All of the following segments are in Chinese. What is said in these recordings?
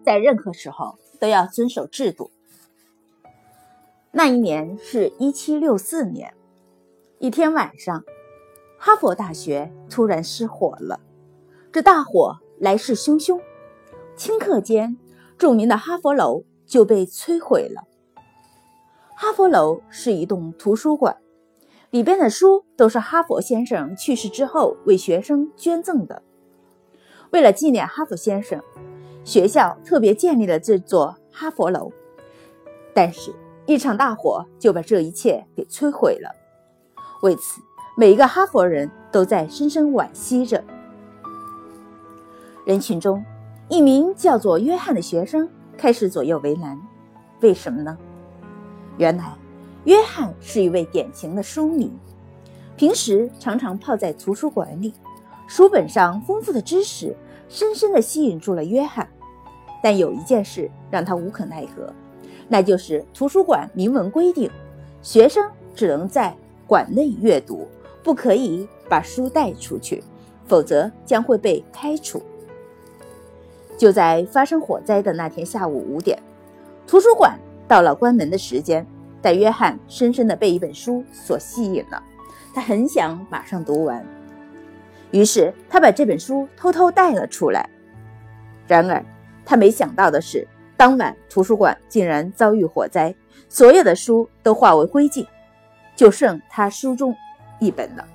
在任何时候都要遵守制度。那一年是1764年，一天晚上，哈佛大学突然失火了。这大火来势汹汹，顷刻间，著名的哈佛楼就被摧毁了。哈佛楼是一栋图书馆，里边的书都是哈佛先生去世之后为学生捐赠的。为了纪念哈佛先生，学校特别建立了这座哈佛楼，但是一场大火就把这一切给摧毁了。为此，每一个哈佛人都在深深惋惜着。人群中，一名叫做约翰的学生开始左右为难。为什么呢？原来约翰是一位典型的书迷，平时常常泡在图书馆里，书本上丰富的知识深深地吸引住了约翰。但有一件事让他无可奈何，那就是图书馆明文规定，学生只能在馆内阅读，不可以把书带出去，否则将会被开除。就在发生火灾的那天下午5点，图书馆到了关门的时间，但约翰深深地被一本书所吸引了，他很想马上读完，于是他把这本书偷偷带了出来。然而他没想到的是，当晚图书馆竟然遭遇火灾，所有的书都化为灰烬，就剩他书中一本了。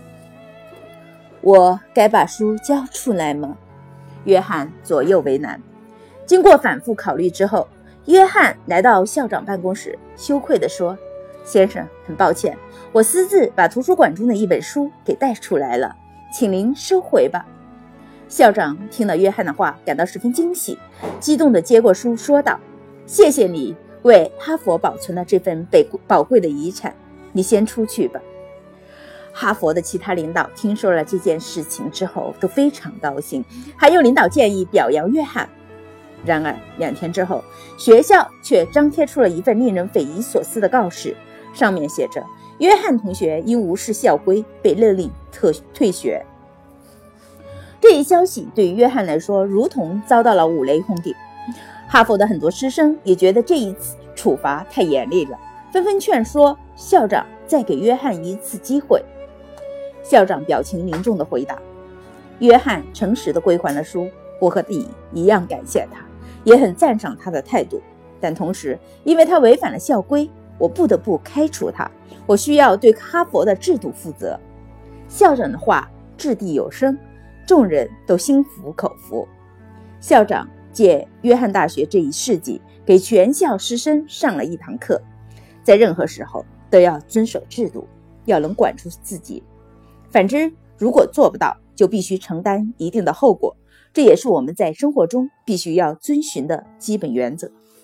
我该把书交出来吗？约翰左右为难。经过反复考虑之后，约翰来到校长办公室，羞愧地说：先生，很抱歉，我私自把图书馆中的一本书给带出来了，请您收回吧。校长听了约翰的话，感到十分惊喜，激动地接过书说道：谢谢你为哈佛保存了这份宝贵的遗产，你先出去吧。哈佛的其他领导听说了这件事情之后都非常高兴，还有领导建议表扬约翰。然而2天之后，学校却张贴出了一份令人匪夷所思的告示，上面写着约翰同学因无视校规被勒令退学。这一消息对于约翰来说如同遭到了五雷轰顶，哈佛的很多师生也觉得这一次处罚太严厉了，纷纷劝说校长再给约翰一次机会。校长表情凝重地回答：约翰诚实地归还了书，我和你一样感谢他，也很赞赏他的态度，但同时因为他违反了校规，我不得不开除他，我需要对哈佛的制度负责。校长的话掷地有声，众人都心服口服。校长借约翰大学这一事迹给全校师生上了一堂课，在任何时候都要遵守制度，要能管住自己，反之如果做不到，就必须承担一定的后果，这也是我们在生活中必须要遵循的基本原则。